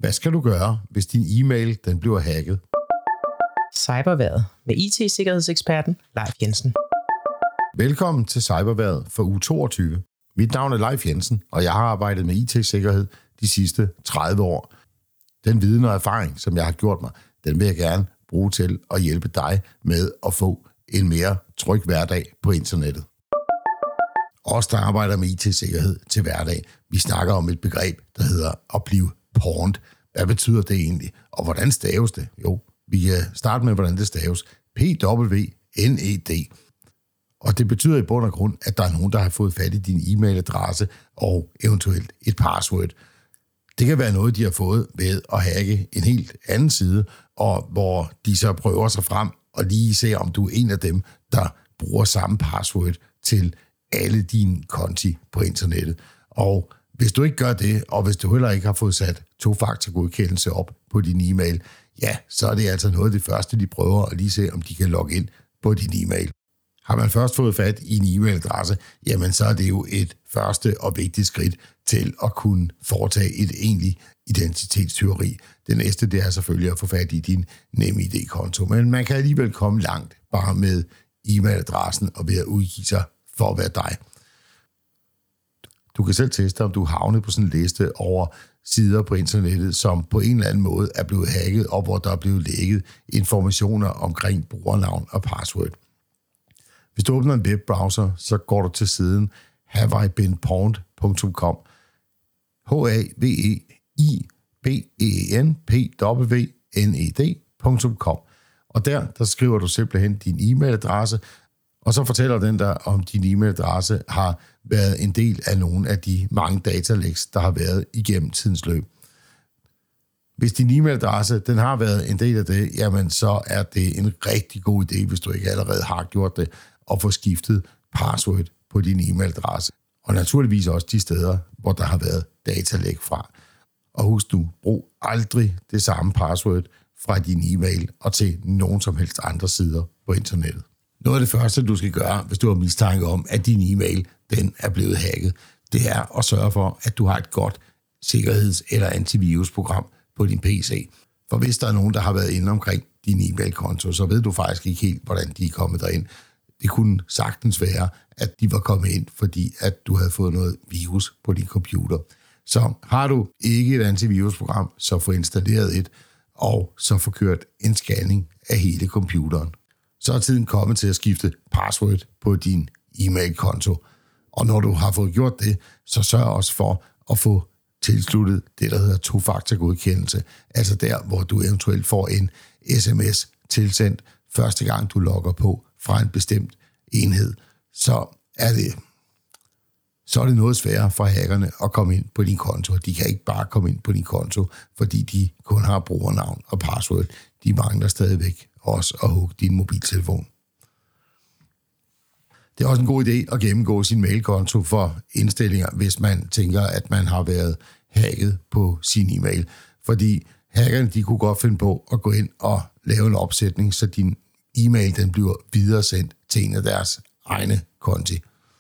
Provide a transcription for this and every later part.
Hvad skal du gøre, hvis din e-mail den bliver hacket? Cyberværet med IT-sikkerhedseksperten Leif Jensen. Velkommen til Cyberværet for uge 22. Mit navn er Leif Jensen, og jeg har arbejdet med IT-sikkerhed de sidste 30 år. Den viden og erfaring, som jeg har gjort mig, den vil jeg gerne bruge til at hjælpe dig med at få en mere tryg hverdag på internettet. Os, der arbejder med IT-sikkerhed til hverdag, vi snakker om et begreb, der hedder at blive pwned. Hvad betyder det egentlig, og hvordan staves det? Jo, vi kan starte med, hvordan det staves. PWNED. Og det betyder i bund og grund, at der er nogen, der har fået fat i din e-mailadresse og eventuelt et password. Det kan være noget, de har fået ved at hacke en helt anden side, og hvor de så prøver sig frem og lige ser, om du er en af dem, der bruger samme password til alle dine konti på internettet. Og hvis du ikke gør det, og hvis du heller ikke har fået sat tofaktorgodkendelse op på din e-mail, ja, så er det altså noget af det første, de prøver at lige se, om de kan logge ind på din e-mail. Har man først fået fat i en e-mailadresse, jamen så er det jo et første og vigtigt skridt til at kunne foretage et egentligt identitetstyveri. Det næste, det er selvfølgelig at få fat i din NemID-konto, men man kan alligevel komme langt bare med e-mailadressen og ved at udgive sig for at være dig. Du kan selv teste, om du er havnet på sådan en liste over sider på internettet, som på en eller anden måde er blevet hacket, og hvor der er blevet lækket informationer omkring brugernavn og password. Hvis du åbner en webbrowser, så går du til siden haveibeenpwned.com HAVEIBENPWNED.com. Og der skriver du simpelthen din e-mailadresse, og så fortæller den der, om din e-mailadresse har været en del af nogle af de mange datalæks, der har været igennem tidens løb. Hvis din e-mailadresse den har været en del af det, jamen så er det en rigtig god idé, hvis du ikke allerede har gjort det, at få skiftet password på din e-mailadresse. Og naturligvis også de steder, hvor der har været datalæk fra. Og husk nu, brug aldrig det samme password fra din e-mail og til nogen som helst andre sider på internettet. Noget af det første, du skal gøre, hvis du har mistanke om, at din e-mail den er blevet hacket, det er at sørge for, at du har et godt sikkerheds- eller antivirusprogram på din PC. For hvis der er nogen, der har været inde omkring din e-mailkonto, så ved du faktisk ikke helt, hvordan de er kommet derind. Det kunne sagtens være, at de var kommet ind, fordi at du havde fået noget virus på din computer. Så har du ikke et antivirusprogram, så få installeret et, og så få kørt en scanning af hele computeren. Så er tiden kommet til at skifte password på din e-mailkonto. Og når du har fået gjort det, så sørg også for at få tilsluttet det, der hedder tofaktorgodkendelse. Altså der, hvor du eventuelt får en sms tilsendt første gang, du logger på fra en bestemt enhed. Så er det noget sværere for hackerne at komme ind på din konto. De kan ikke bare komme ind på din konto, fordi de kun har brugernavn og password. De mangler stadigvæk også at hugge din mobiltelefon. Det er også en god idé at gennemgå sin mailkonto for indstillinger, hvis man tænker, at man har været hacket på sin e-mail. Fordi hackerne de kunne godt finde på at gå ind og lave en opsætning, så din e-mail den bliver videresendt til en af deres egne konti.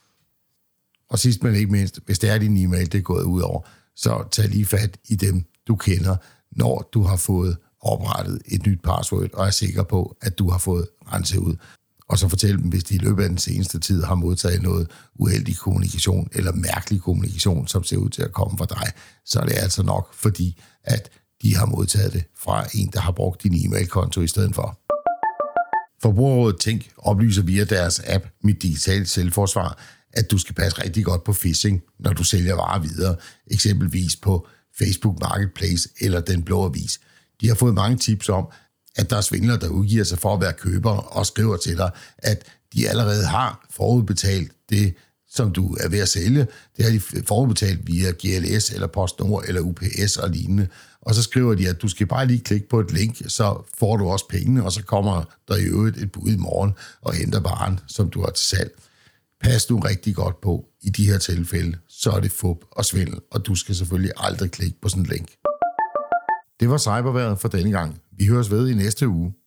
Og sidst men ikke mindst, hvis det er din e-mail, det er gået ud over, så tag lige fat i dem, du kender, når du har fået oprettet et nyt password, og er sikker på, at du har fået renset ud. Og så fortæl dem, hvis de i løbet af den seneste tid har modtaget noget uheldig kommunikation, eller mærkelig kommunikation, som ser ud til at komme fra dig, så er det altså nok, fordi at de har modtaget det fra en, der har brugt din e-mailkonto i stedet for. Forbrugerrådet Tænk oplyser via deres app Mit Digitale Selvforsvar, at du skal passe rigtig godt på phishing, når du sælger varer videre, eksempelvis på Facebook Marketplace eller Den Blå Avis. De har fået mange tips om, at der er svindlere, der udgiver sig for at være købere og skriver til dig, at de allerede har forudbetalt det, som du er ved at sælge. Det har de forudbetalt via GLS eller PostNord eller UPS og lignende. Og så skriver de, at du skal bare lige klikke på et link, så får du også pengene, og så kommer der i øvrigt et bud i morgen og henter varen, som du har til salg. Pas nu rigtig godt på i de her tilfælde, så er det fup og svindel, og du skal selvfølgelig aldrig klikke på sådan en link. Det var Cyberværet for denne gang. Vi høres ved i næste uge.